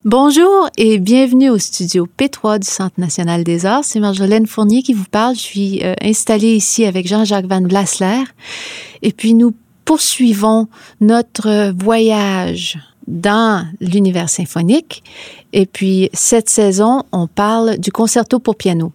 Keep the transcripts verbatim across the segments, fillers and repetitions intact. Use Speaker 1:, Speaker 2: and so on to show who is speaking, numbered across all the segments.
Speaker 1: Bonjour et bienvenue au studio P trois du Centre national des arts. C'est Marjolaine Fournier qui vous parle. Je suis euh, installée ici avec Jean-Jacques Van Vlasler. Et puis nous poursuivons notre voyage dans l'univers symphonique. Et puis cette saison, on parle du concerto pour piano.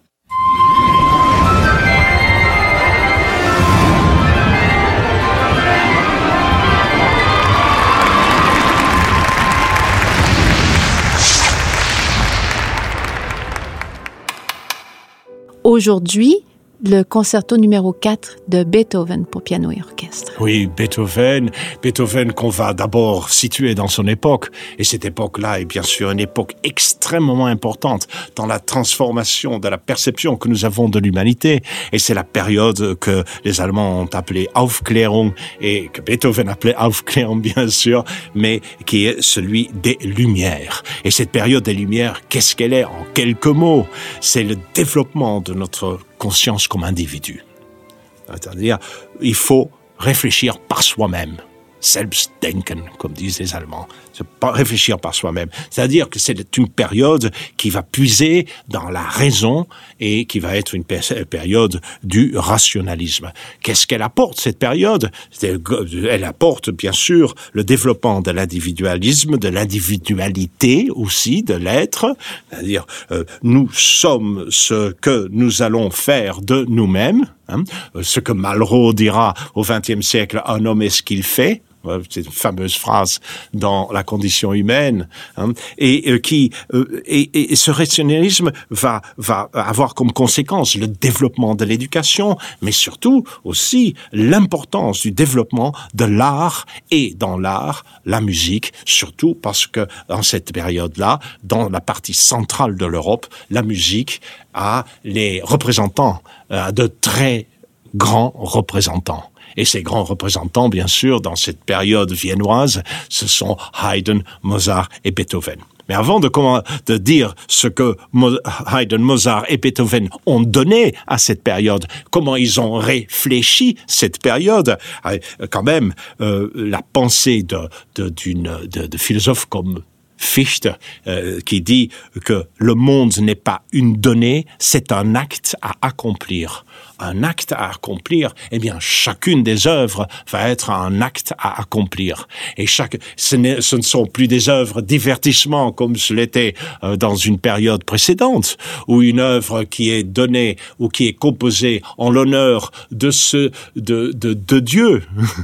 Speaker 1: Aujourd'hui, le concerto numéro quatre de Beethoven pour piano et orchestre.
Speaker 2: Oui, Beethoven, Beethoven qu'on va d'abord situer dans son époque. Et cette époque-là est bien sûr une époque extrêmement importante dans la transformation de la perception que nous avons de l'humanité. Et c'est la période que les Allemands ont appelée Aufklärung et que Beethoven appelait Aufklärung bien sûr, mais qui est celui des Lumières. Et cette période des Lumières, qu'est-ce qu'elle est en quelques mots? C'est le développement de notre conscience comme individu. C'est-à-dire, il faut réfléchir par soi-même. Selbstdenken, comme disent les Allemands. C'est pas réfléchir par soi-même. C'est-à-dire que c'est une période qui va puiser dans la raison et qui va être une période du rationalisme. Qu'est-ce qu'elle apporte, cette période? Elle apporte, bien sûr, le développement de l'individualisme, de l'individualité aussi, de l'être. C'est-à-dire, euh, nous sommes ce que nous allons faire de nous-mêmes. Hein, ce que Malraux dira au vingtième siècle, un homme est ce qu'il fait. C'est une fameuse phrase dans La condition humaine, hein, et euh, qui euh, et, et ce rationalisme va va avoir comme conséquence le développement de l'éducation, mais surtout aussi l'importance du développement de l'art et dans l'art la musique, surtout parce que dans cette période-là, dans la partie centrale de l'Europe, la musique a les représentants, a de très grands représentants. Et ces grands représentants, bien sûr, dans cette période viennoise, ce sont Haydn, Mozart et Beethoven. Mais avant de, comment, de dire ce que Mo- Haydn, Mozart et Beethoven ont donné à cette période, comment ils ont réfléchi cette période, quand même, euh, la pensée de, de, d'une, de, de philosophes comme Fichte, euh, qui dit que le monde n'est pas une donnée, c'est un acte à accomplir. Un acte à accomplir, eh bien, chacune des œuvres va être un acte à accomplir. Et chaque, ce, n'est, ce ne sont plus des œuvres divertissement comme ce l'était euh, dans une période précédente, ou une œuvre qui est donnée ou qui est composée en l'honneur de ce, de, de, de Dieu.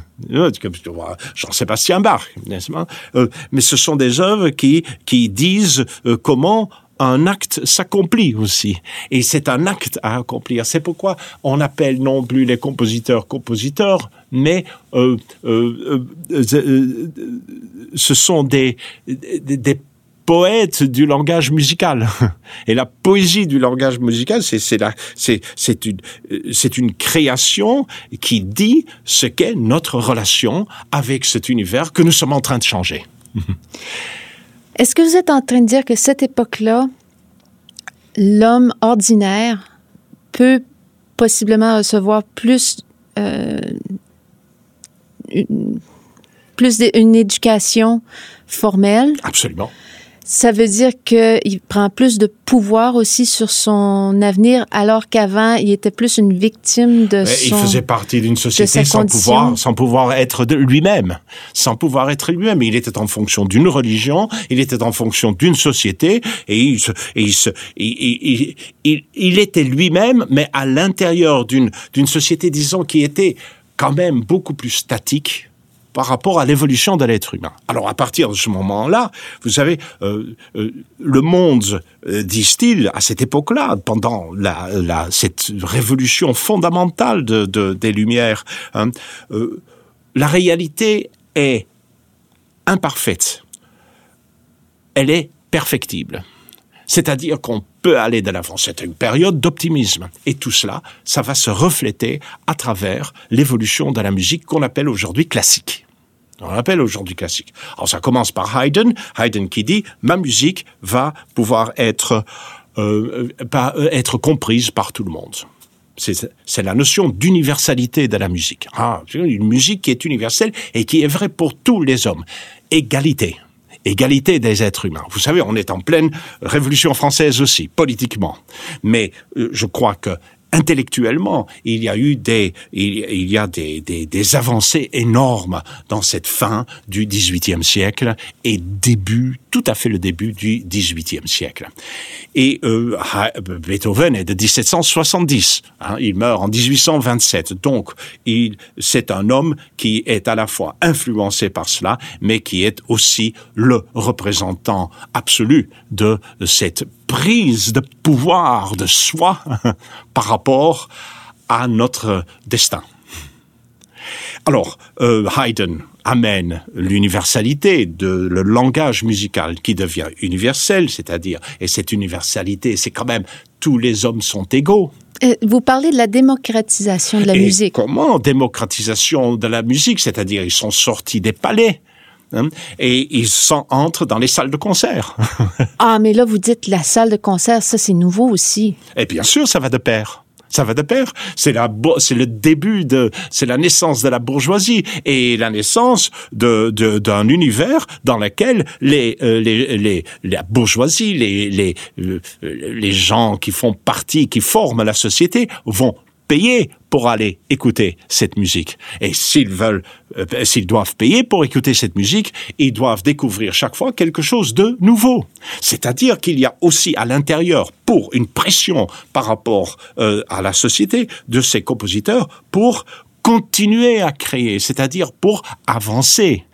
Speaker 2: Jean-Sébastien Bach, n'est-ce pas? Euh, mais ce sont des œuvres qui, qui disent euh, comment un acte s'accomplit aussi. Et c'est un acte à accomplir. C'est pourquoi on appelle non plus les compositeurs compositeurs, mais euh, euh, euh, euh, ce sont des, des, des poètes du langage musical. Et la poésie du langage musical, c'est, c'est, la, c'est, c'est, une, c'est une création qui dit ce qu'est notre relation avec cet univers que nous sommes en train de changer.
Speaker 1: Est-ce que vous êtes en train de dire que cette époque-là, l'homme ordinaire peut possiblement recevoir plus, euh, une, plus d'une éducation formelle?
Speaker 2: Absolument.
Speaker 1: Ça veut dire qu'il prend plus de pouvoir aussi sur son avenir, alors qu'avant, il était plus une victime de son...
Speaker 2: Il faisait partie d'une société sans pouvoir, sans pouvoir être de lui-même. Sans pouvoir être lui-même. Il était en fonction d'une religion, il était en fonction d'une société, et il, se, et il, se, il, il, il, il était lui-même, mais à l'intérieur d'une, d'une société, disons, qui était quand même beaucoup plus statique par rapport à l'évolution de l'être humain. Alors, à partir de ce moment-là, vous savez, euh, euh, le monde, euh, disent-ils, à cette époque-là, pendant la, la, cette révolution fondamentale de, de, des Lumières, hein, euh, la réalité est imparfaite. Elle est perfectible. C'est-à-dire qu'on peut aller de l'avant. C'est une période d'optimisme. Et tout cela, ça va se refléter à travers l'évolution de la musique qu'on appelle aujourd'hui classique. On l'appelle aujourd'hui classique. Alors ça commence par Haydn, Haydn qui dit « ma musique va pouvoir être, euh, pas, être comprise par tout le monde ». C'est, c'est la notion d'universalité de la musique. Ah, une musique qui est universelle et qui est vraie pour tous les hommes. Égalité. égalité des êtres humains. Vous savez, on est en pleine Révolution française aussi, politiquement. Mais euh, je crois que intellectuellement, il y a eu des, il, il y a des, des, des avancées énormes dans cette fin du dix-huitième siècle et début, tout à fait le début du dix-huitième siècle. Et euh, Beethoven est de dix-sept cent soixante-dix, hein, il meurt en dix-huit cent vingt-sept. Donc, il, c'est un homme qui est à la fois influencé par cela, mais qui est aussi le représentant absolu de cette prise de pouvoir de soi par rapport à notre destin. Alors, euh, Haydn amène l'universalité de le langage musical qui devient universel, c'est-à-dire, et cette universalité, c'est quand même tous les hommes sont égaux.
Speaker 1: Vous parlez de la démocratisation de la
Speaker 2: et
Speaker 1: musique.
Speaker 2: Comment démocratisation de la musique, c'est-à-dire ils sont sortis des palais. Hein, et ils sont, entrent dans les salles de concert.
Speaker 1: Ah, mais là, vous dites la salle de concert, ça, c'est nouveau aussi.
Speaker 2: Et bien sûr, ça va de pair. Ça va de pair. C'est la, c'est le début de, c'est la naissance de la bourgeoisie et la naissance de, de d'un univers dans lequel les, euh, les, les, la bourgeoisie, les, les, les gens qui font partie, qui forment la société, vont payer pour aller écouter cette musique. Et s'ils veulent, euh, s'ils doivent payer pour écouter cette musique, ils doivent découvrir chaque fois quelque chose de nouveau. C'est-à-dire qu'il y a aussi à l'intérieur, pour une pression par rapport euh, à la société de ces compositeurs, pour continuer à créer, c'est-à-dire pour avancer.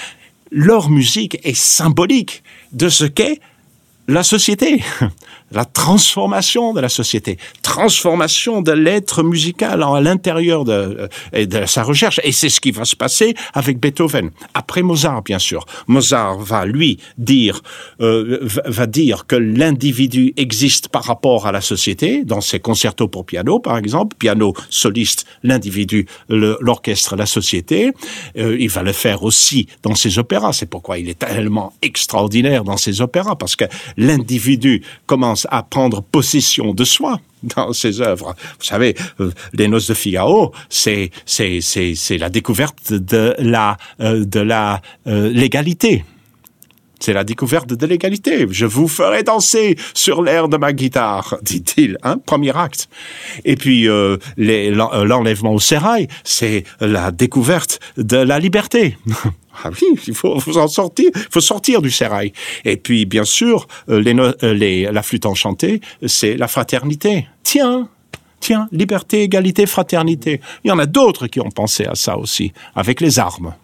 Speaker 2: Leur musique est symbolique de ce qu'est la société, la transformation de la société, transformation de l'être musical à l'intérieur de, de sa recherche. Et c'est ce qui va se passer avec Beethoven. Après Mozart, bien sûr. Mozart va, lui, dire, euh, va dire que l'individu existe par rapport à la société, dans ses concertos pour piano, par exemple. Piano, soliste, l'individu, le, l'orchestre, la société. Euh, il va le faire aussi dans ses opéras. C'est pourquoi il est tellement extraordinaire dans ses opéras, parce que l'individu commence à prendre possession de soi dans ses œuvres. Vous savez, Les Noces de Figaro, c'est c'est c'est c'est la découverte de la euh, de la euh, l'égalité. C'est la découverte de l'égalité. Je vous ferai danser sur l'air de ma guitare, dit-il, hein, premier acte. Et puis euh, les, l'enlèvement au sérail, c'est la découverte de la liberté. Ah oui, il faut, faut en sortir, il faut sortir du sérail. Et puis, bien sûr, les, les, la flûte enchantée, c'est la fraternité. Tiens, tiens, liberté, égalité, fraternité. Il y en a d'autres qui ont pensé à ça aussi, avec les armes.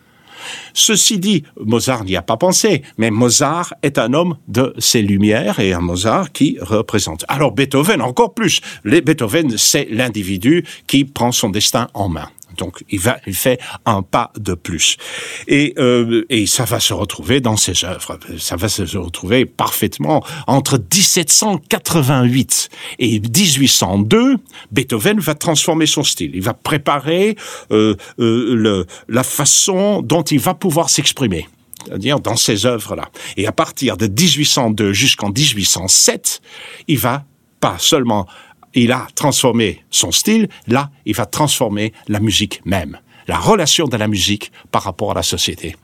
Speaker 2: Ceci dit, Mozart n'y a pas pensé, mais Mozart est un homme de ses lumières et un Mozart qui représente. Alors Beethoven, encore plus. Les Beethoven, c'est l'individu qui prend son destin en main. Donc, il va, il fait un pas de plus. Et, euh, et ça va se retrouver dans ses œuvres. Ça va se retrouver parfaitement entre dix-sept cent quatre-vingt-huit et dix-huit cent deux. Beethoven va transformer son style. Il va préparer euh, euh, le, la façon dont il va pouvoir s'exprimer. C'est-à-dire dans ces œuvres-là. Et à partir de dix-huit cent deux jusqu'en dix-huit cent sept, il va pas seulement il a transformé son style, là, il va transformer la musique même, la relation de la musique par rapport à la société.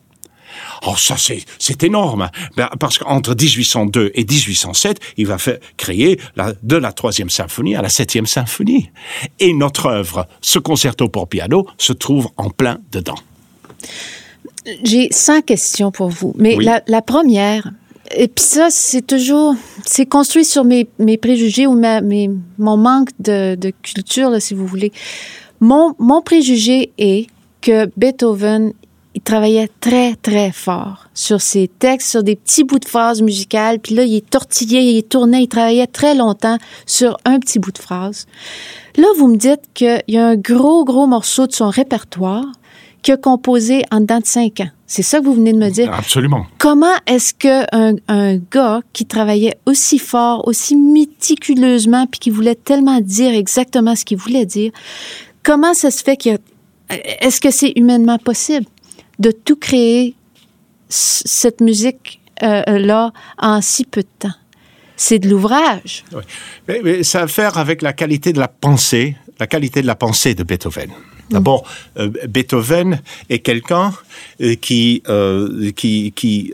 Speaker 2: Oh, ça, c'est, c'est énorme, ben, parce qu'entre dix-huit cent deux et dix-huit cent sept, il va faire créer la, de la troisième symphonie à la septième symphonie. Et notre œuvre, ce concerto pour piano, se trouve en plein dedans.
Speaker 1: J'ai cinq questions pour vous, mais oui. la, la première... Et puis ça, c'est toujours, c'est construit sur mes, mes préjugés ou ma, mes, mon manque de, de culture, là, si vous voulez. Mon, mon préjugé est que Beethoven, il travaillait très, très fort sur ses textes, sur des petits bouts de phrases musicales. Puis là, il est tortillé, il est tourné, il travaillait très longtemps sur un petit bout de phrase. Là, vous me dites qu'il y a un gros, gros morceau de son répertoire qu'il a composé en dedans de cinq ans. C'est ça que vous venez de me dire?
Speaker 2: Absolument.
Speaker 1: Comment est-ce qu'un un gars qui travaillait aussi fort, aussi méticuleusement, puis qui voulait tellement dire exactement ce qu'il voulait dire, comment ça se fait qu'il y a... Est-ce que c'est humainement possible de tout créer, cette musique-là, en si peu de temps? C'est de l'ouvrage. Oui.
Speaker 2: Mais, mais ça a à faire avec la qualité de la pensée, la qualité de la pensée de Beethoven. D'abord, euh, Beethoven est quelqu'un euh, qui, euh, qui, qui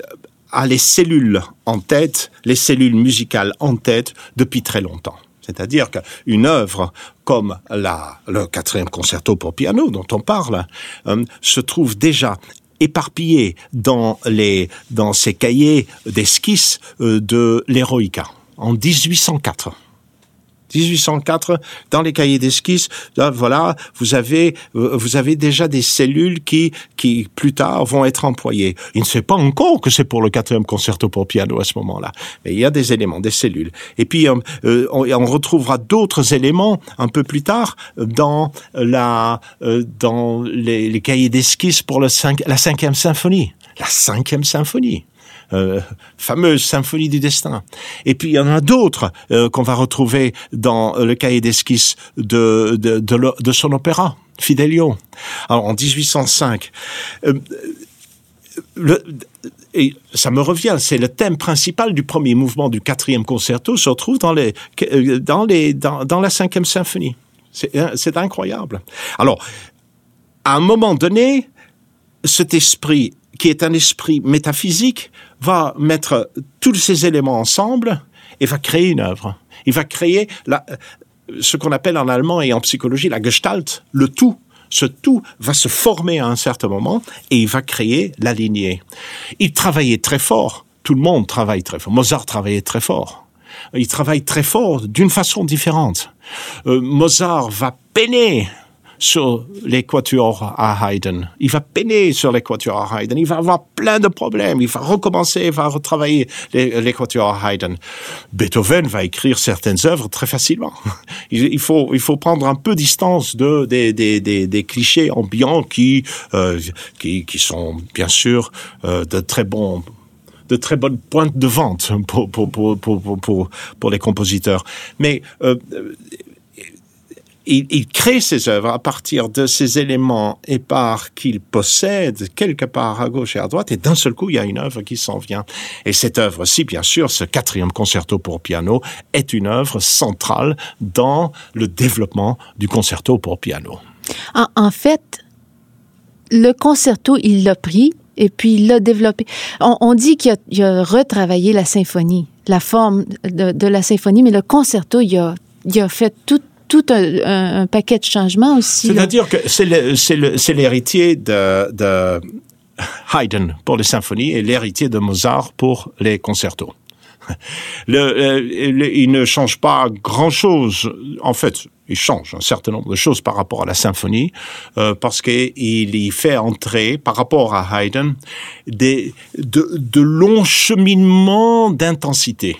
Speaker 2: a les cellules en tête, les cellules musicales en tête depuis très longtemps. C'est-à-dire qu'une œuvre comme la, le quatrième concerto pour piano dont on parle euh, se trouve déjà éparpillée dans les dans ces cahiers d'esquisses euh, de l'Eroica en dix-huit cent quatre. dix-huit cent quatre, dans les cahiers d'esquisse, là, voilà, vous avez, vous avez déjà des cellules qui, qui, plus tard, vont être employées. Il ne sait pas encore que c'est pour le quatrième concerto pour piano à ce moment-là. Mais il y a des éléments, des cellules. Et puis, euh, on, on retrouvera d'autres éléments un peu plus tard dans la, euh, dans les, les cahiers d'esquisse pour le cinq, la cinquième symphonie. La cinquième symphonie. Euh, fameuse symphonie du destin. Et puis il y en a d'autres euh, qu'on va retrouver dans le cahier d'esquisse de, de, de, de, de son opéra, Fidelio. Alors en dix-huit cent cinq, euh, le, et ça me revient, c'est le thème principal du premier mouvement du quatrième concerto se retrouve dans, les, dans, les, dans, dans la cinquième symphonie. C'est, c'est incroyable. Alors, à un moment donné, cet esprit qui est un esprit métaphysique, va mettre tous ces éléments ensemble et va créer une œuvre. Il va créer la, ce qu'on appelle en allemand et en psychologie la Gestalt, le tout. Ce tout va se former à un certain moment et il va créer la lignée. Il travaillait très fort. Tout le monde travaille très fort. Mozart travaillait très fort. Il travaille très fort d'une façon différente. Euh, Mozart va peiner sur les quatuors à Haydn. Il va peiner sur les quatuors à Haydn. Il va avoir plein de problèmes. Il va recommencer, il va retravailler les, les quatuors à Haydn. Beethoven va écrire certaines œuvres très facilement. Il, il faut, il faut prendre un peu distance de, des, des, des, des clichés ambiants qui, euh, qui, qui sont, bien sûr, euh, de très bons, de très bonnes pointes de vente pour, pour, pour, pour, pour, pour, pour les compositeurs. Mais, euh, Il, il crée ses œuvres à partir de ces éléments épars qu'il possède quelque part à gauche et à droite, et d'un seul coup, il y a une œuvre qui s'en vient. Et cette œuvre-ci, bien sûr, ce quatrième concerto pour piano, est une œuvre centrale dans le développement du concerto pour piano.
Speaker 1: En, en fait, le concerto, il l'a pris et puis il l'a développé. On, on dit qu'il a, il a retravaillé la symphonie, la forme de, de la symphonie, mais le concerto, il a, il a fait tout tout un, un, un paquet de changements aussi.
Speaker 2: C'est-à-dire là. que c'est, le, c'est, le, c'est l'héritier de, de Haydn pour les symphonies et l'héritier de Mozart pour les concertos. Le, le, il ne change pas grand-chose. En fait, il change un certain nombre de choses par rapport à la symphonie, euh, parce qu'il y fait entrer, par rapport à Haydn, des, de, de longs cheminements d'intensité,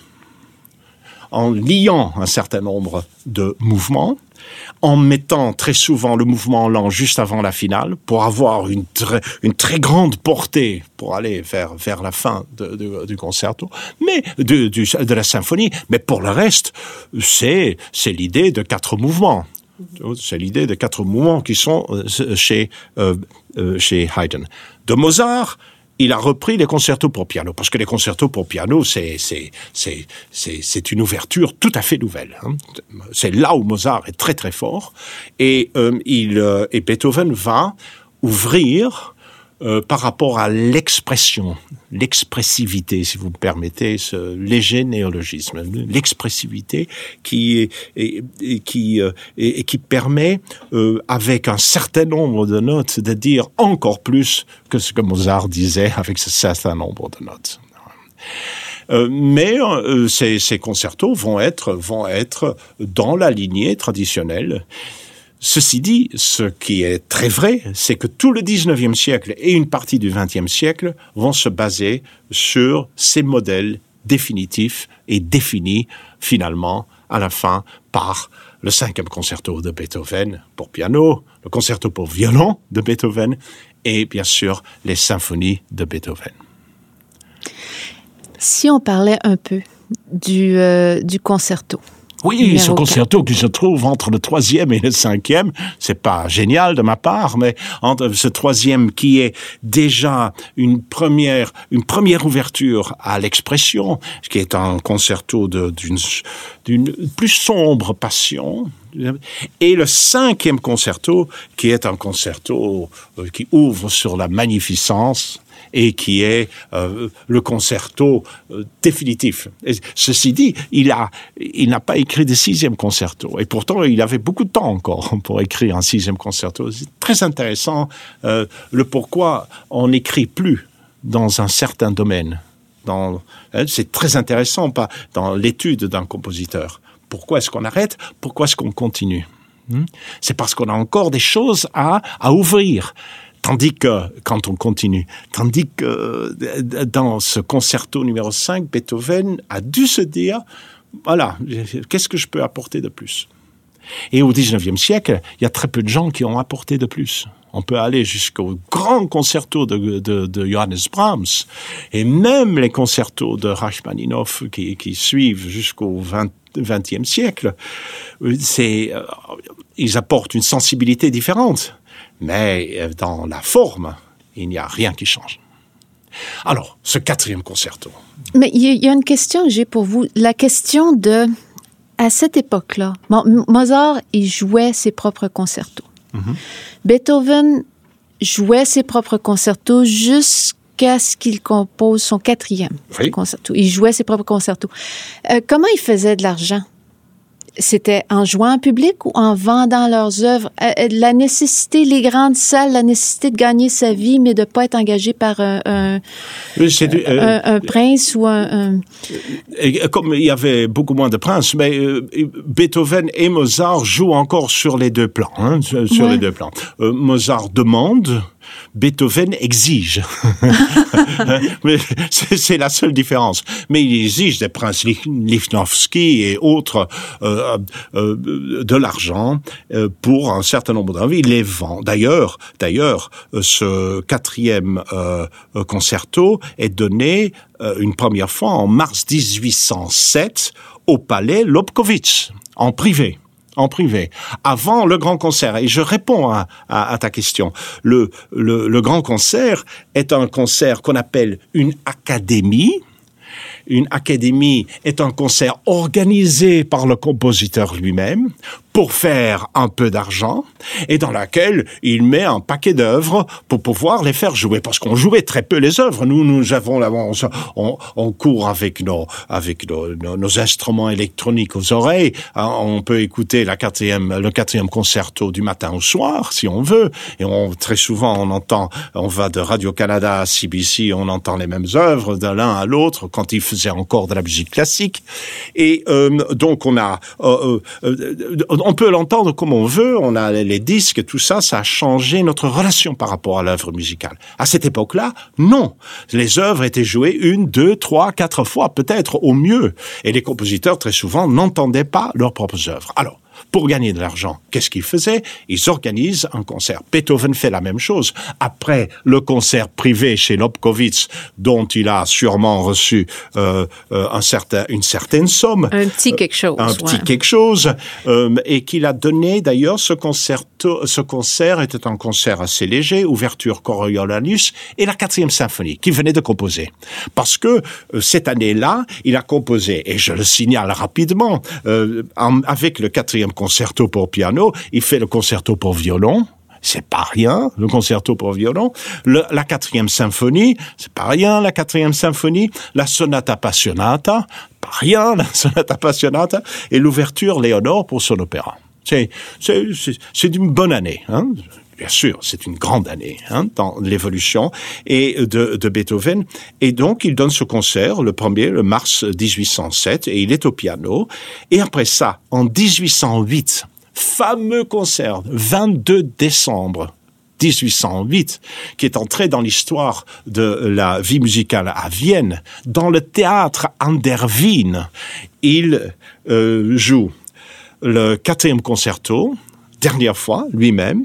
Speaker 2: en liant un certain nombre de mouvements, en mettant très souvent le mouvement lent juste avant la finale pour avoir une très, une très grande portée pour aller vers, vers la fin de, de, du concerto, mais de, de, de la symphonie. Mais pour le reste, c'est, c'est l'idée de quatre mouvements. C'est l'idée de quatre mouvements qui sont chez, euh, chez Haydn. De Mozart, il a repris les concertos pour piano, parce que les concertos pour piano, c'est, c'est, c'est, c'est, c'est une ouverture tout à fait nouvelle. Hein. C'est là où Mozart est très très fort, et, euh, il, euh, et Beethoven va ouvrir euh, par rapport à l'expression, l'expressivité, si vous me permettez ce léger néologisme, l'expressivité qui et, et qui euh, et, et qui permet euh, avec un certain nombre de notes de dire encore plus que ce que Mozart disait avec ce certain nombre de notes. Euh, mais euh, ces, ces concertos vont être vont être dans la lignée traditionnelle. Ceci dit, ce qui est très vrai, c'est que tout le dix-neuvième siècle et une partie du vingtième siècle vont se baser sur ces modèles définitifs et définis finalement à la fin par le cinquième concerto de Beethoven pour piano, le concerto pour violon de Beethoven et bien sûr les symphonies de Beethoven.
Speaker 1: Si on parlait un peu du, euh, du concerto.
Speaker 2: Oui, ce concerto qui se trouve entre le troisième et le cinquième, c'est pas génial de ma part, mais entre ce troisième qui est déjà une première, une première ouverture à l'expression, qui est un concerto de, d'une, d'une plus sombre passion, et le cinquième concerto qui est un concerto qui ouvre sur la magnificence et qui est euh, le concerto euh, définitif. Et ceci dit, il a, il n'a pas écrit de sixième concerto, et pourtant il avait beaucoup de temps encore pour écrire un sixième concerto. C'est très intéressant euh, le pourquoi on n'écrit plus dans un certain domaine. Dans, hein, c'est très intéressant pas, dans l'étude d'un compositeur. Pourquoi est-ce qu'on arrête? Pourquoi est-ce qu'on continue? hmm C'est parce qu'on a encore des choses à, à ouvrir. Tandis que, quand on continue, tandis que dans ce concerto numéro cinq, Beethoven a dû se dire, voilà, qu'est-ce que je peux apporter de plus? Et au dix-neuvième siècle, il y a très peu de gens qui ont apporté de plus. On peut aller jusqu'au grand concerto de, de, de Johannes Brahms, et même les concertos de Rachmaninoff qui, qui suivent jusqu'au vingtième siècle. C'est, euh, ils apportent une sensibilité différente, mais dans la forme, il n'y a rien qui change. Alors, ce quatrième concerto.
Speaker 1: Mais il y, y a une question que j'ai pour vous. La question de, à cette époque-là, bon, Mozart, il jouait ses propres concertos. Mm-hmm. Beethoven jouait ses propres concertos jusqu'à ce qu'il compose son quatrième oui. concerto. Il jouait ses propres concertos. Euh, comment il faisait de l'argent? C'était en jouant en public ou en vendant leurs œuvres? Euh, la nécessité, les grandes salles, la nécessité de gagner sa vie, mais de ne pas être engagé par un, un, oui, c'est du, euh, un, un prince ou un, un...
Speaker 2: Comme il y avait beaucoup moins de princes, mais euh, Beethoven et Mozart jouent encore sur les deux plans. Hein, sur ouais. les deux plans. Euh, Mozart demande... Beethoven exige. Mais c'est, c'est la seule différence. Mais il exige des princes Lichnowsky et autres euh, euh, de l'argent euh, pour un certain nombre d'œuvres. Il les vend. D'ailleurs, d'ailleurs, ce quatrième euh, concerto est donné euh, une première fois en mars dix-huit cent sept au palais Lobkowitz, en privé. En privé, avant le grand concert. Et je réponds à, à, à ta question. Le, le, le grand concert est un concert qu'on appelle une académie. Une académie est un concert organisé par le compositeur lui-même pour faire un peu d'argent et dans laquelle il met un paquet d'œuvres pour pouvoir les faire jouer. Parce qu'on jouait très peu les œuvres. Nous, nous avons, on, on, on court avec nos, avec nos, nos, nos instruments électroniques aux oreilles. On peut écouter la quatrième, le quatrième concerto du matin au soir, si on veut. Et on, très souvent, on entend, on va de Radio-Canada à C B C, on entend les mêmes œuvres de l'un à l'autre quand il faisait encore de la musique classique. Et euh, donc, on a... Euh, euh, on peut l'entendre comme on veut, on a les disques, tout ça, ça a changé notre relation par rapport à l'œuvre musicale. À cette époque-là, non. Les œuvres étaient jouées une, deux, trois, quatre fois, peut-être au mieux. Et les compositeurs, très souvent, n'entendaient pas leurs propres œuvres. Alors, pour gagner de l'argent, qu'est-ce qu'ils faisaient? Ils organisent un concert. Beethoven fait la même chose. Après le concert privé chez Lobkowitz, dont il a sûrement reçu euh, euh, un certain, une certaine somme.
Speaker 1: Un petit quelque chose.
Speaker 2: Un petit ouais. quelque chose. Euh, et qu'il a donné, d'ailleurs, ce concerto, ce concert était un concert assez léger, ouverture Coriolanus, et la quatrième symphonie, qu'il venait de composer. Parce que euh, cette année-là, il a composé, et je le signale rapidement, euh, en, avec le quatrième concerto pour piano, il fait le concerto pour violon, c'est pas rien, le concerto pour violon, le, la quatrième symphonie, c'est pas rien, la quatrième symphonie, la sonata appassionata, pas rien, la sonata appassionata, et l'ouverture Léonore pour son opéra. C'est, c'est, c'est, c'est une bonne année, hein. Bien sûr, c'est une grande année hein, dans l'évolution et de, de Beethoven. Et donc, il donne ce concert, le premier, le mars dix-huit cent sept, et il est au piano. Et après ça, en dix-huit cent huit, fameux concert, vingt-deux décembre dix-huit cent huit, qui est entré dans l'histoire de la vie musicale à Vienne, dans le théâtre an der Wien. Il euh, joue le quatrième concerto, dernière fois, lui-même,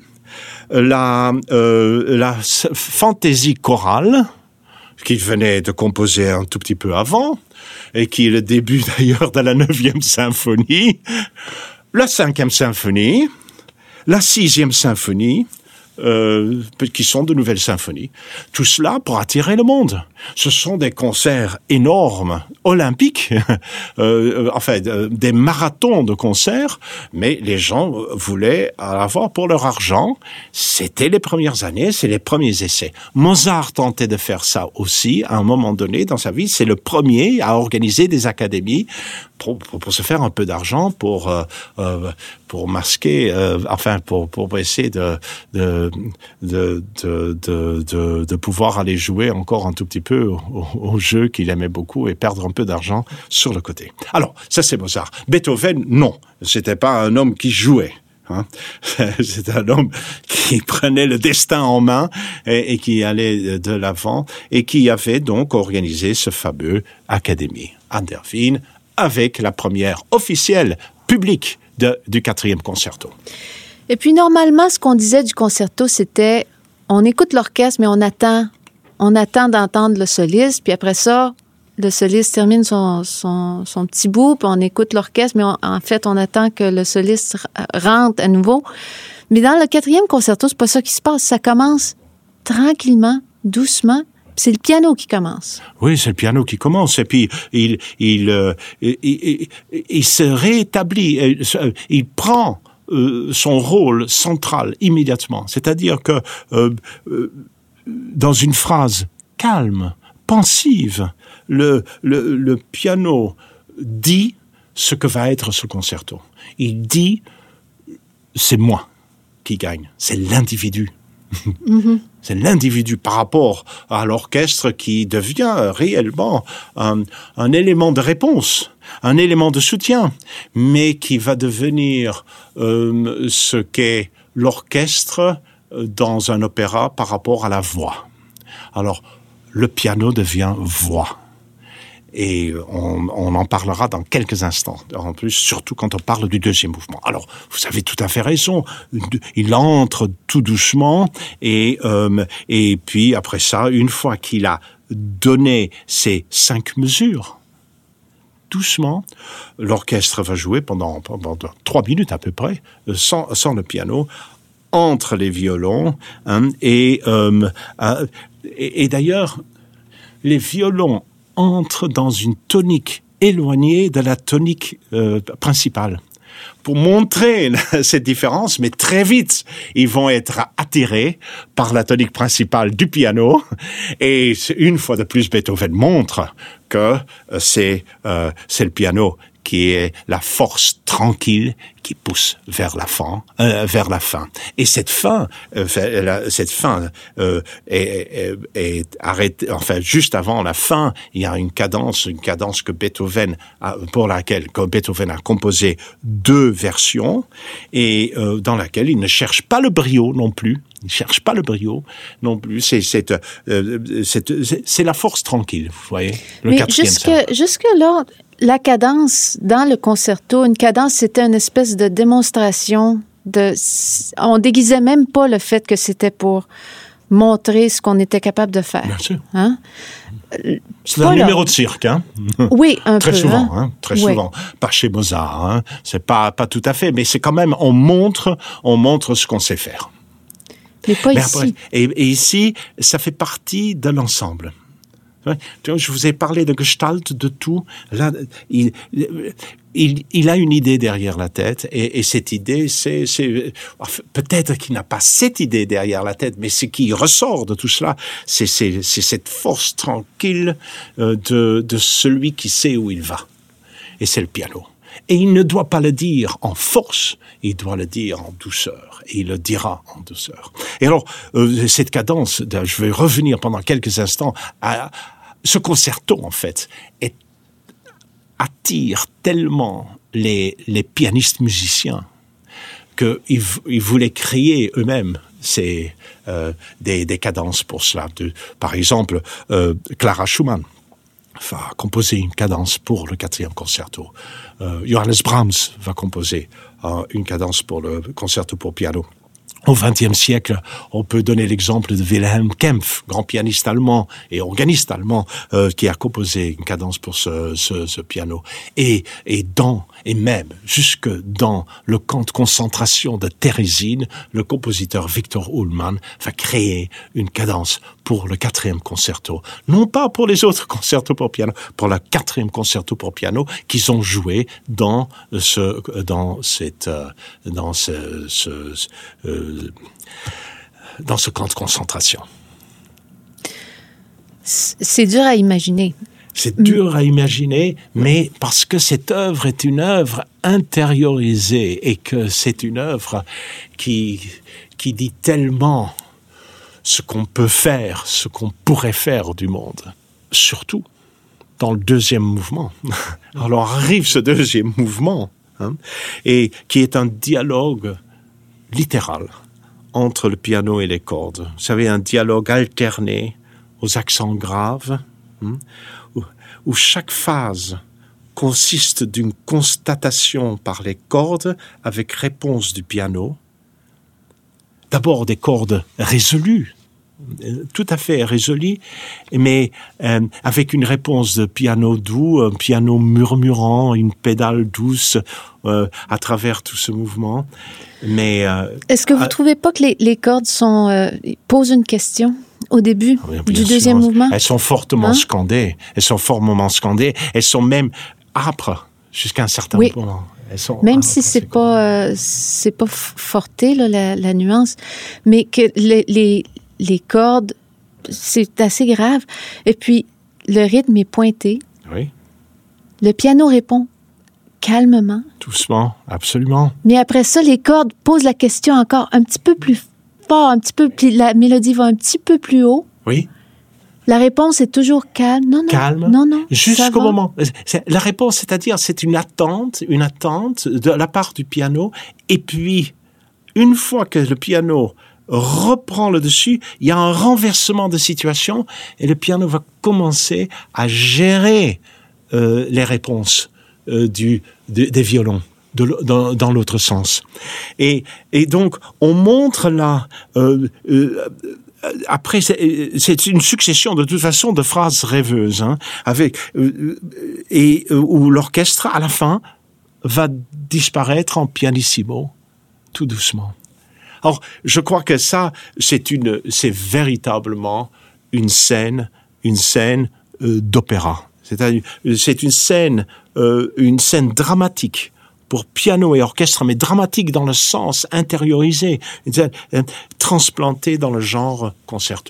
Speaker 2: la, euh, la fantaisie chorale, qu'il venait de composer un tout petit peu avant, et qui est le début d'ailleurs de la neuvième symphonie, la cinquième symphonie, la sixième symphonie, euh, qui sont de nouvelles symphonies. Tout cela pour attirer le monde. Ce sont des concerts énormes olympiques, euh, enfin euh, des marathons de concerts, mais les gens voulaient avoir pour leur argent. C'était les premières années, c'est les premiers essais. Mozart tentait de faire ça aussi à un moment donné dans sa vie. C'est le premier à organiser des académies pour, pour, pour se faire un peu d'argent, pour euh, euh, pour masquer, euh, enfin pour pour essayer de de de de de, de, de pouvoir aller jouer encore un tout petit peu au, au jeu qu'il aimait beaucoup et perdre un peu d'argent sur le côté. Alors ça c'est Mozart. Beethoven, non, c'était pas un homme qui jouait. Hein. C'est un homme qui prenait le destin en main et, et qui allait de l'avant et qui avait donc organisé ce fameux académie à der Wien avec la première officielle publique de, du quatrième concerto.
Speaker 1: Et puis normalement, ce qu'on disait du concerto, c'était on écoute l'orchestre, mais on attend, on attend d'entendre le soliste, puis après ça, le soliste termine son, son, son petit bout, puis on écoute l'orchestre, mais on, en fait, on attend que le soliste rentre à nouveau. Mais dans le quatrième concerto, c'est pas ça qui se passe. Ça commence tranquillement, doucement. C'est le piano qui commence.
Speaker 2: Oui, c'est le piano qui commence. Et puis, il, il, euh, il, il, il se rétablit. Il prend euh, son rôle central immédiatement. C'est-à-dire que euh, euh, dans une phrase calme, pensive, le, le, le piano dit ce que va être ce concerto. Il dit, c'est moi qui gagne. C'est l'individu. Mm-hmm. C'est l'individu par rapport à l'orchestre qui devient réellement un, un élément de réponse, un élément de soutien, mais qui va devenir euh, ce qu'est l'orchestre dans un opéra par rapport à la voix. Alors, le piano devient voix. Et on, on en parlera dans quelques instants. En plus, surtout quand on parle du deuxième mouvement. Alors, vous avez tout à fait raison. Il entre tout doucement et euh, et puis après ça, une fois qu'il a donné ses cinq mesures, doucement, l'orchestre va jouer pendant pendant trois minutes à peu près, sans sans le piano, entre les violons hein, et, euh, et et d'ailleurs les violons entrent dans une tonique éloignée de la tonique euh, principale. Pour montrer cette différence, mais très vite, ils vont être attirés par la tonique principale du piano. Et une fois de plus, Beethoven montre que c'est, euh, c'est le piano qui est la force tranquille qui pousse vers la fin, euh, vers la fin. Et cette fin, euh, cette fin euh, est, est, est arrêtée. Enfin, juste avant la fin, il y a une cadence, une cadence que Beethoven a, pour laquelle que Beethoven a composé deux versions et euh, dans laquelle il ne cherche pas le brio non plus. Il ne cherche pas le brio non plus. C'est, c'est, euh, c'est, c'est, c'est la force tranquille, vous voyez. Le
Speaker 1: Mais jusque, jusque là. La cadence, dans le concerto, une cadence, c'était une espèce de démonstration. De, on déguisait même pas le fait que c'était pour montrer ce qu'on était capable de faire.
Speaker 2: Bien sûr.
Speaker 1: Hein?
Speaker 2: C'est un numéro de cirque, hein?
Speaker 1: Oui, un
Speaker 2: très
Speaker 1: peu.
Speaker 2: Souvent,
Speaker 1: hein?
Speaker 2: Hein? Très oui. souvent. Pas chez Mozart, hein? C'est pas, pas tout à fait, mais c'est quand même, on montre, on montre ce qu'on sait faire.
Speaker 1: Mais pas
Speaker 2: mais
Speaker 1: ici.
Speaker 2: Après, et, et ici, ça fait partie de l'ensemble. Je vous ai parlé de Gestalt, de tout. Là, il, il, il a une idée derrière la tête, et, et cette idée, c'est, c'est peut-être qu'il n'a pas cette idée derrière la tête, mais ce qui ressort de tout cela, c'est, c'est, c'est cette force tranquille de, de celui qui sait où il va. Et c'est le piano. Et il ne doit pas le dire en force, il doit le dire en douceur. Et il le dira en douceur. Et alors, euh, cette cadence, je vais revenir pendant quelques instants à ce concerto, en fait, est, attire tellement les, les pianistes musiciens qu'ils ils voulaient créer eux-mêmes ces, euh, des, des cadences pour cela. De, par exemple, euh, Clara Schumann va composer une cadence pour le quatrième concerto. Euh, Johannes Brahms va composer euh, une cadence pour le concerto pour piano. Au vingtième siècle, on peut donner l'exemple de Wilhelm Kempff, grand pianiste allemand et organiste allemand, euh, qui a composé une cadence pour ce, ce, ce piano. Et, et dans, et même jusque dans le camp de concentration de Térésine, le compositeur Victor Ullmann va créer une cadence pour le quatrième concerto. Non pas pour les autres concertos pour piano, pour le quatrième concerto pour piano qu'ils ont joué dans ce, dans cette, dans ce, ce, euh, dans ce camp de concentration.
Speaker 1: C'est dur à imaginer.
Speaker 2: C'est dur à imaginer, mais parce que cette œuvre est une œuvre intériorisée et que c'est une œuvre qui, qui dit tellement ce qu'on peut faire, ce qu'on pourrait faire du monde. Surtout dans le deuxième mouvement. Alors arrive ce deuxième mouvement, hein, et qui est un dialogue littéral entre le piano et les cordes. Vous savez, un dialogue alterné aux accents graves, hein, où, où chaque phase consiste d'une constatation par les cordes avec réponse du piano. D'abord des cordes résolues, tout à fait résolues, mais euh, avec une réponse de piano doux, un piano murmurant, une pédale douce euh, à travers tout ce mouvement. Mais euh,
Speaker 1: est-ce que vous ne euh, trouvez pas que les, les cordes sont, euh, posent une question au début bien du sûr, deuxième mouvement?
Speaker 2: Elles sont fortement hein? scandées. Elles sont fortement scandées. Elles sont même âpres jusqu'à un certain
Speaker 1: oui.
Speaker 2: point. Elles sont
Speaker 1: même âpres, si c'est, c'est pas euh, c'est pas forté là, la, la nuance, mais que les, les les cordes c'est assez grave. Et puis le rythme est pointé.
Speaker 2: Oui.
Speaker 1: Le piano répond calmement.
Speaker 2: Doucement, absolument.
Speaker 1: Mais après ça, les cordes posent la question encore un petit peu plus fort, un petit peu, puis la mélodie va un petit peu plus haut.
Speaker 2: Oui.
Speaker 1: La réponse est toujours calme. Non, non.
Speaker 2: Calme.
Speaker 1: Non, non.
Speaker 2: Jusqu'au moment. C'est, la réponse, c'est-à-dire, c'est une attente, une attente de la part du piano. Et puis, une fois que le piano reprend le dessus, il y a un renversement de situation et le piano va commencer à gérer euh, les réponses euh, du, de, des violons. De, dans, dans l'autre sens. Et, et donc, on montre là, euh, euh, après, c'est, c'est une succession de toute façon de phrases rêveuses, hein, avec, euh, et euh, où l'orchestre, à la fin, va disparaître en pianissimo, tout doucement. Alors, je crois que ça, c'est une, c'est véritablement une scène, une scène euh, d'opéra. C'est-à-dire, c'est une scène, euh, une scène dramatique. Pour piano et orchestre, mais dramatique dans le sens intériorisé, transplanté dans le genre concerto.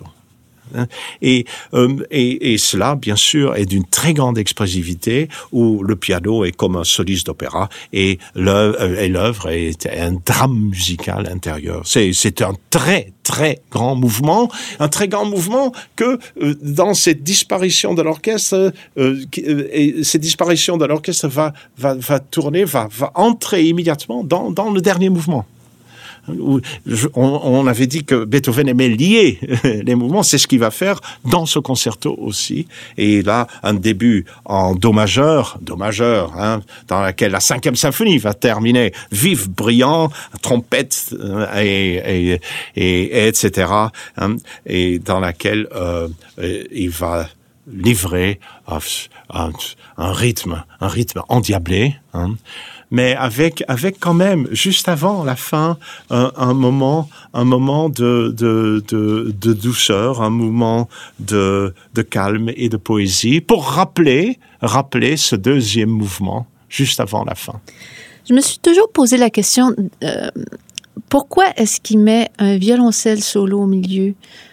Speaker 2: Et, euh, et, et cela, bien sûr, est d'une très grande expressivité, où le piano est comme un soliste d'opéra, et l'œuvre, et l'œuvre est un drame musical intérieur. C'est, c'est un très, très grand mouvement, un très grand mouvement que euh, dans cette disparition de l'orchestre, euh, euh, et cette disparition de l'orchestre va, va, va tourner, va, va entrer immédiatement dans, dans le dernier mouvement. On, on avait dit que Beethoven aimait lier les mouvements, c'est ce qu'il va faire dans ce concerto aussi. Et là, un début en do majeur, do majeur, hein, dans laquelle la cinquième symphonie va terminer vif, brillant, trompette et, et, et, et et cetera. Hein, et dans laquelle euh, il va livrer un, un, un rythme, un rythme endiablé. Hein, mais avec avec quand même juste avant la fin un, un moment un moment de de de de douceur, un moment de de calme et de poésie pour rappeler rappeler ce deuxième mouvement juste avant la fin.
Speaker 1: Je me suis toujours posé la question euh, pourquoi est-ce qu'il met un violoncelle solo au milieu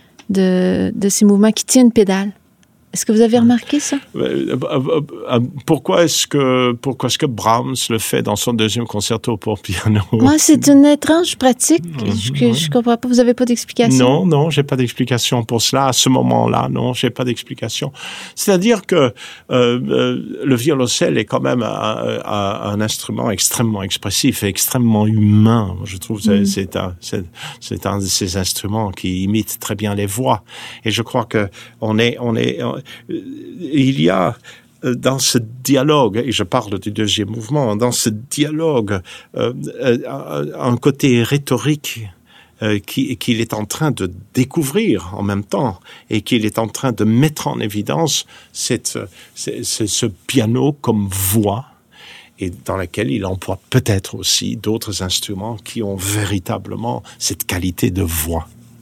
Speaker 1: de de ces mouvements qui tient une pédale? Est-ce que vous avez remarqué ça?
Speaker 2: Pourquoi est-ce que, pourquoi est-ce que Brahms le fait dans son deuxième concerto pour piano?
Speaker 1: Moi, c'est une étrange pratique mm-hmm. que je comprends pas. Vous avez pas d'explication?
Speaker 2: Non, non, j'ai pas d'explication pour cela. À ce moment-là, non, j'ai pas d'explication. C'est-à-dire que euh, euh, le violoncelle est quand même un, un, un instrument extrêmement expressif et extrêmement humain. Je trouve que mm. c'est, un, c'est, c'est un de ces instruments qui imite très bien les voix. Et je crois que on est, on est, on, il y a dans ce dialogue, et je parle du deuxième mouvement, dans ce dialogue, euh, un côté rhétorique euh, qui, qu'il est en train de découvrir en même temps et qu'il est en train de mettre en évidence cette, c'est, c'est ce piano comme voix et dans laquelle il emploie peut-être aussi d'autres instruments qui ont véritablement cette qualité de voix.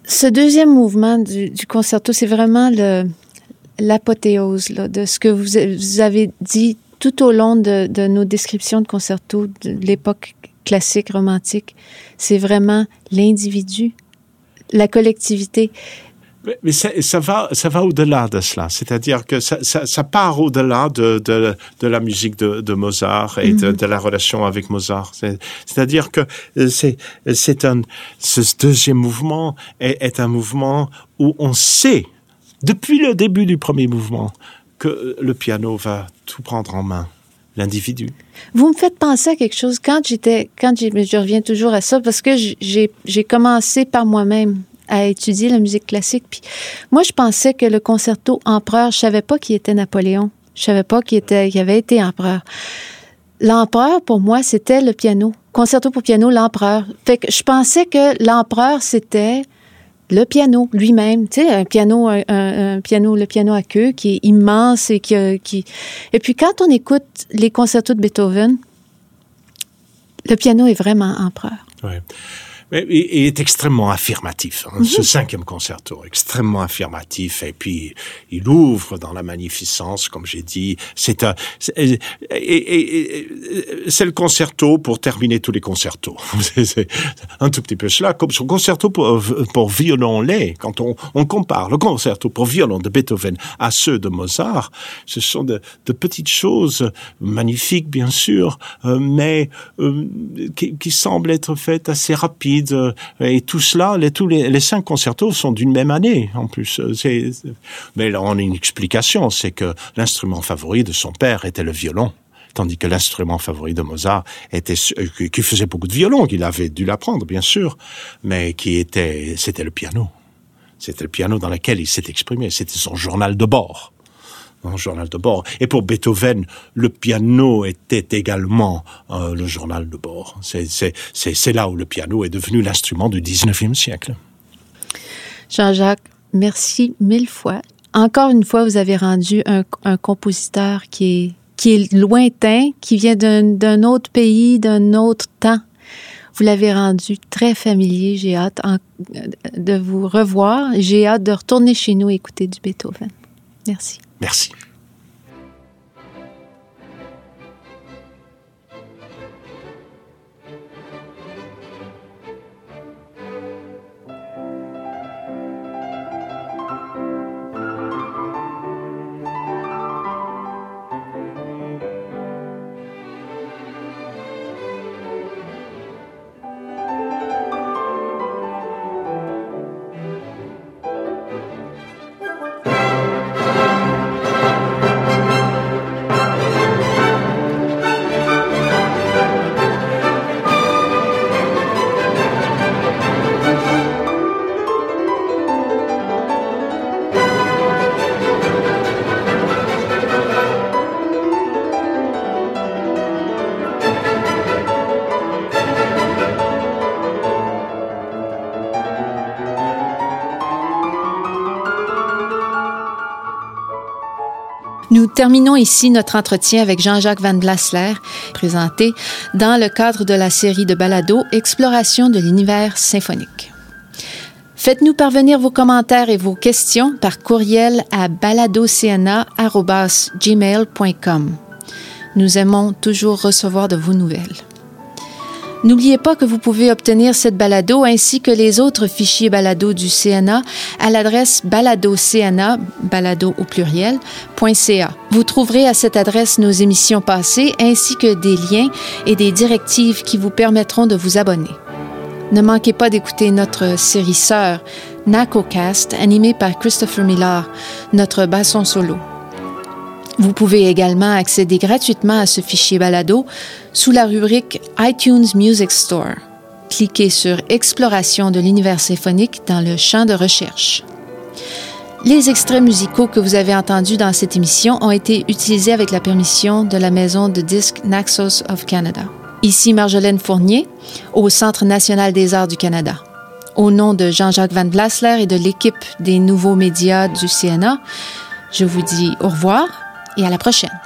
Speaker 1: Ce deuxième mouvement du, du concerto, c'est vraiment le, l'apothéose là, de ce que vous, vous avez dit tout au long de, de nos descriptions de concerto de l'époque classique, romantique. C'est vraiment l'individu, la collectivité.
Speaker 2: Mais, mais ça, ça va, ça va au-delà de cela. C'est-à-dire que ça, ça, ça part au-delà de, de, de la musique de, de Mozart et de, mm-hmm. de la relation avec Mozart. C'est, c'est-à-dire que c'est, c'est un, ce deuxième mouvement est, est un mouvement où on sait, depuis le début du premier mouvement, que le piano va tout prendre en main. L'individu.
Speaker 1: Vous me faites penser à quelque chose. Quand j'étais, quand j'ai, je reviens toujours à ça parce que j'ai, j'ai commencé par moi-même à étudier la musique classique. Puis moi, je pensais que le concerto empereur, je savais pas qui était Napoléon. Je savais pas qu'il était, qu'il avait été empereur. L'empereur, pour moi, c'était le piano. Concerto pour piano, l'empereur. Fait que je pensais que l'empereur, c'était le piano lui-même. Tu sais, un piano, un, un, un piano, le piano à queue qui est immense et qui, qui... Et puis quand on écoute les concertos de Beethoven, le piano est vraiment empereur.
Speaker 2: Oui. Il est extrêmement affirmatif, hein, mm-hmm. ce cinquième concerto, extrêmement affirmatif, et puis il ouvre dans la magnificence, comme j'ai dit. C'est un, c'est, et, et, et, c'est le concerto pour terminer tous les concertos. C'est, c'est un tout petit peu cela, comme son concerto pour, pour violon lait. Quand on, on compare le concerto pour violon de Beethoven à ceux de Mozart, ce sont de, de petites choses magnifiques, bien sûr, euh, mais euh, qui, qui semblent être faites assez rapides. Et tout cela, les, tous les, les cinq concertos sont d'une même année, en plus. C'est, c'est... Mais là, on a une explication, c'est que l'instrument favori de son père était le violon, tandis que l'instrument favori de Mozart était, qui faisait beaucoup de violon, qu'il avait dû l'apprendre, bien sûr, mais qui était, c'était le piano. C'était le piano dans lequel il s'est exprimé. C'était son journal de bord. Un journal de bord. Et pour Beethoven, le piano était également euh, le journal de bord. C'est, c'est, c'est, c'est là où le piano est devenu l'instrument du dix-neuvième siècle.
Speaker 1: Jean-Jacques, merci mille fois. Encore une fois, vous avez rendu un, un compositeur qui est, qui est lointain, qui vient d'un, d'un autre pays, d'un autre temps. Vous l'avez rendu très familier. J'ai hâte en, de vous revoir. J'ai hâte de retourner chez nous et écouter du Beethoven. Merci.
Speaker 2: Merci.
Speaker 1: Nous terminons ici notre entretien avec Jean-Jacques Van Blasler, présenté dans le cadre de la série de balados Exploration de l'univers symphonique. Faites-nous parvenir vos commentaires et vos questions par courriel à baladocna arobase gmail point com. Nous aimons toujours recevoir de vos nouvelles. N'oubliez pas que vous pouvez obtenir cette balado ainsi que les autres fichiers balado du C N A à l'adresse baladocna, balado au pluriel, .ca. Vous trouverez à cette adresse nos émissions passées ainsi que des liens et des directives qui vous permettront de vous abonner. Ne manquez pas d'écouter notre série sœur, NACOcast, animée par Christopher Millar, notre basson solo. Vous pouvez également accéder gratuitement à ce fichier balado sous la rubrique iTunes Music Store. Cliquez sur « Exploration de l'univers symphonique » dans le champ de recherche. Les extraits musicaux que vous avez entendus dans cette émission ont été utilisés avec la permission de la maison de disques Naxos of Canada. Ici Marjolaine Fournier, au Centre national des arts du Canada. Au nom de Jean-Jacques Van Blasler et de l'équipe des nouveaux médias du C N A, je vous dis au revoir et à la prochaine.